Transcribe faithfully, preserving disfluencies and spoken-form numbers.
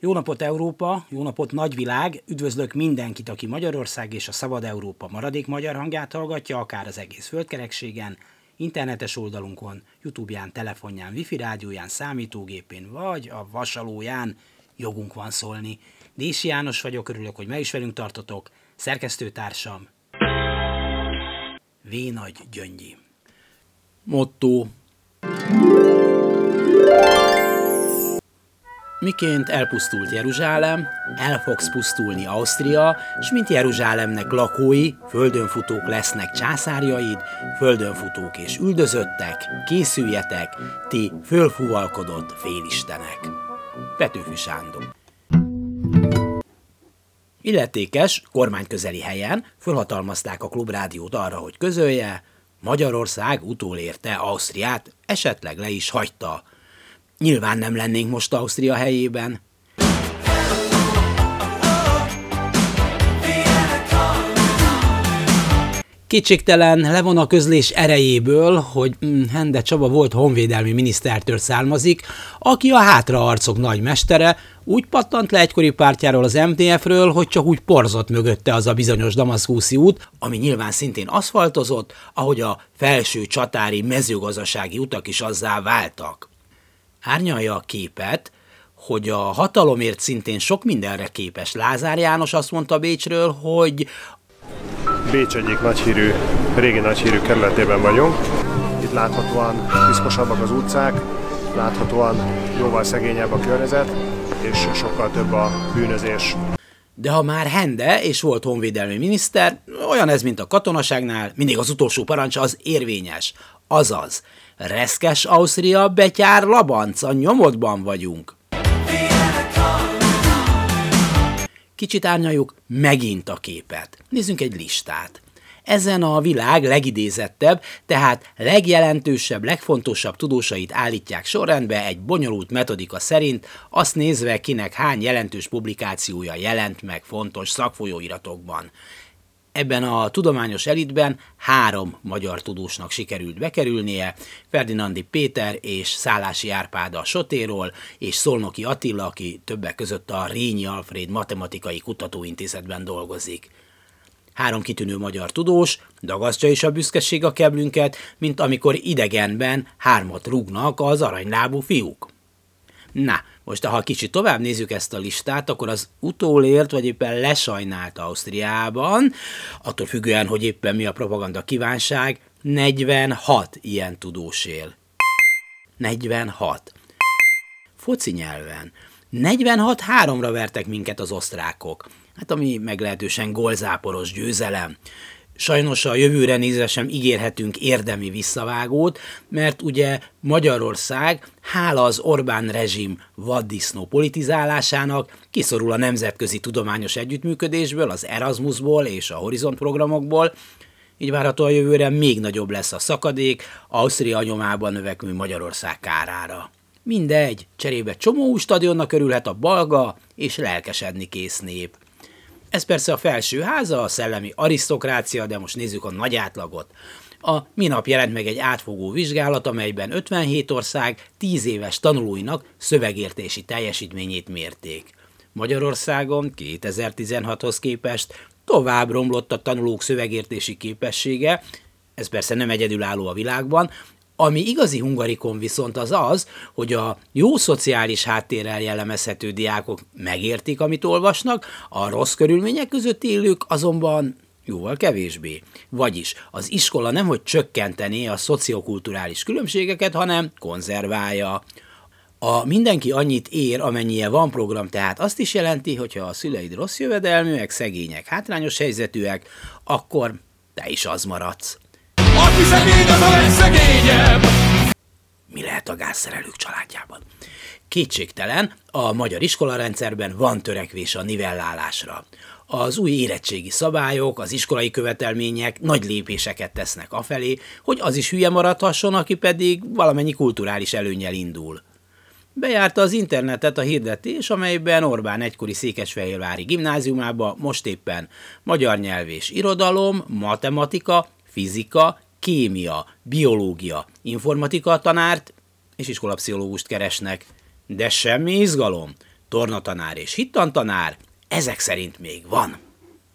Jó napot Európa, jó napot nagyvilág, üdvözlök mindenkit, aki Magyarország és a Szabad Európa maradék magyar hangját hallgatja, akár az egész földkerekségen, internetes oldalunkon, YouTube-ján, telefonján, wifi rádióján, számítógépén, vagy a vasalóján. Jogunk van szólni. Dési János vagyok, örülök, hogy meg is velünk tartotok. Szerkesztőtársam V. Nagy Gyöngyi. Motto: miként elpusztult Jeruzsálem, el fogsz pusztulni Ausztria, s mint Jeruzsálemnek lakói, földönfutók lesznek császárjaid, földönfutók és üldözöttek, készüljetek, ti fölfúvalkodott félistenek. Petőfi Sándor. Illetékes, kormányközeli helyen fölhatalmazták a Klubrádiót arra, hogy közölje, Magyarország utolérte Ausztriát, esetleg le is hagyta. Nyilván nem lennénk most Ausztria helyében. Kétségtelen levon a közlés erejéből, hogy Hende Csaba volt honvédelmi minisztertől származik, aki a hátraarcok nagy mestere, úgy pattant le egykori pártjáról, az em dé ef-ről, hogy csak úgy porzott mögötte az a bizonyos damaszkuszi út, ami nyilván szintén aszfaltozott, ahogy a felső csatári mezőgazdasági utak is azzá váltak. Árnyalja a képet, hogy a hatalomért szintén sok mindenre képes Lázár János azt mondta Bécsről, hogy Bécs egyik nagyhírű, régi nagyhírű kerületében vagyunk. Itt láthatóan piszkosabbak az utcák, láthatóan jóval szegényebb a környezet, és sokkal több a bűnözés. De ha már Hende és volt honvédelmi miniszter, olyan ez, mint a katonaságnál, mindig az utolsó parancs az érvényes. Azaz, reszkes Ausztria, betyár Labanc, a nyomodban vagyunk. Kicsit árnyaljuk megint a képet. Nézzünk egy listát. Ezen a világ legidézettebb, tehát legjelentősebb, legfontosabb tudósait állítják sorrendbe egy bonyolult metodika szerint, azt nézve, kinek hány jelentős publikációja jelent meg fontos szakfolyóiratokban. Ebben a tudományos elitben három magyar tudósnak sikerült bekerülnie, Ferdinandi Péter és Szálási Árpád a Sotéról, és Szolnoki Attila, aki többek között a Rényi Alfréd Matematikai Kutatóintézetben dolgozik. Három kitűnő magyar tudós, dagasztja is a büszkeség a keblünket, mint amikor idegenben hármat rúgnak az aranylábú fiúk. Na, most ha kicsit tovább nézzük ezt a listát, akkor az utolért, vagy éppen lesajnált Ausztriában, attól függően, hogy éppen mi a propaganda kívánság, negyvenhat ilyen tudós él. negyvenhat. Foci nyelven. negyvenhat háromra vertek minket az osztrákok. Hát ami meglehetősen gólzáporos győzelem. Sajnos a jövőre nézve sem ígérhetünk érdemi visszavágót, mert ugye Magyarország, hála az Orbán rezsim vaddisznó politizálásának, kiszorul a nemzetközi tudományos együttműködésből, az Erasmusból és a Horizont programokból, így várható a jövőre még nagyobb lesz a szakadék Ausztria nyomában növekvő Magyarország kárára. Mindegy, cserébe csomó stadionnak örülhet a balga és lelkesedni kész nép. Ez persze a felső háza, a szellemi arisztokrácia, de most nézzük a nagy átlagot. A minap jelent meg egy átfogó vizsgálat, amelyben ötvenhét ország tíz éves tanulóinak szövegértési teljesítményét mérték. Magyarországon kétezer-tizenhathoz képest tovább romlott a tanulók szövegértési képessége, ez persze nem egyedülálló a világban. Ami igazi hungarikon viszont az az, hogy a jó szociális háttérrel jellemezhető diákok megértik, amit olvasnak, a rossz körülmények között élők azonban jóval kevésbé. Vagyis az iskola nemhogy csökkentené a szociokulturális különbségeket, hanem konzerválja. A mindenki annyit ér, amennyire van program, tehát azt is jelenti, hogyha a szüleid rossz jövedelműek, szegények, hátrányos helyzetűek, akkor te is az maradsz. Aki szegény, az a legszegényebb! Mi lehet a gázszerelők családjában? Kétségtelen, a magyar iskolarendszerben van törekvés a nivellálásra. Az új érettségi szabályok, az iskolai követelmények nagy lépéseket tesznek afelé, hogy az is hülye maradhasson, aki pedig valamennyi kulturális előnnyel indul. Bejárta az internetet a hirdetés, amelyben Orbán egykori székesfehérvári gimnáziumába most éppen magyar nyelv és irodalom, matematika, fizika, kémia, biológia, informatika tanárt és iskolapszichológust keresnek. De semmi izgalom. tornatanár és hittantanár, ezek szerint még van.